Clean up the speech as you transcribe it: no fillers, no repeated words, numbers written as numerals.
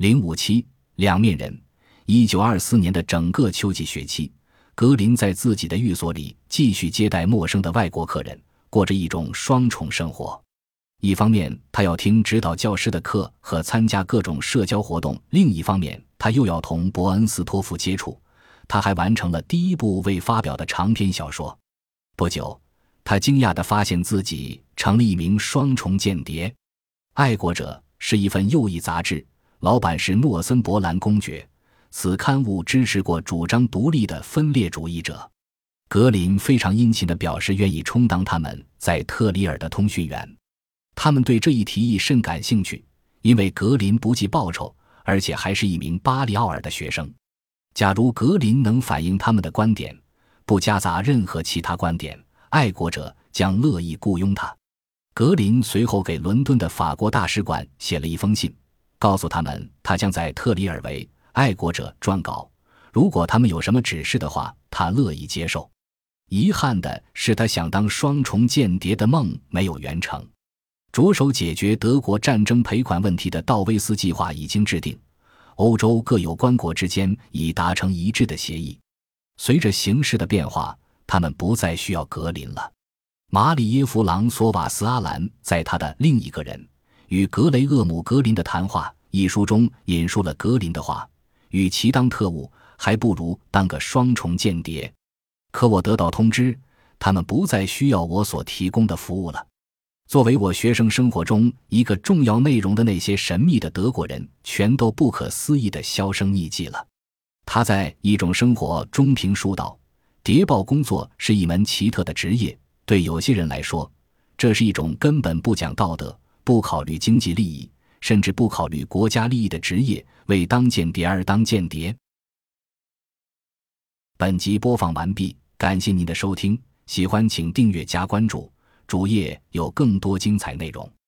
057两面人。1924年的整个秋季学期，格林在自己的寓所里继续接待陌生的外国客人，过着一种双重生活。一方面他要听指导教师的课和参加各种社交活动，另一方面他又要同伯恩斯托夫接触。他还完成了第一部未发表的长篇小说。不久，他惊讶地发现自己成了一名双重间谍。爱国者是一份右翼杂志，老板是诺森伯兰公爵，此刊物支持过主张独立的分裂主义者。格林非常殷勤地表示愿意充当他们在特里尔的通讯员。他们对这一提议甚感兴趣，因为格林不计报酬，而且还是一名巴里奥尔的学生。假如格林能反映他们的观点，不夹杂任何其他观点，爱国者将乐意雇佣他。格林随后给伦敦的法国大使馆写了一封信，告诉他们他将在特里尔为爱国者撰稿，如果他们有什么指示的话，他乐意接受。遗憾的是，他想当双重间谍的梦没有圆成。着手解决德国战争赔款问题的道威斯计划已经制定，欧洲各有关国之间已达成一致的协议。随着形势的变化，他们不再需要格林了。马里耶夫·朗索瓦斯阿兰在他的《另一个人与格雷厄姆·格林的谈话》一书中引述了格林的话：与其当特务，还不如当个双重间谍。可我得到通知，他们不再需要我所提供的服务了。作为我学生生活中一个重要内容的那些神秘的德国人，全都不可思议地销声匿迹了。他在《一种生活》中评述道：谍报工作是一门奇特的职业，对有些人来说，这是一种根本不讲道德、不考虑经济利益，甚至不考虑国家利益的职业，为当间谍而当间谍。本集播放完毕，感谢您的收听，喜欢请订阅加关注，主页有更多精彩内容。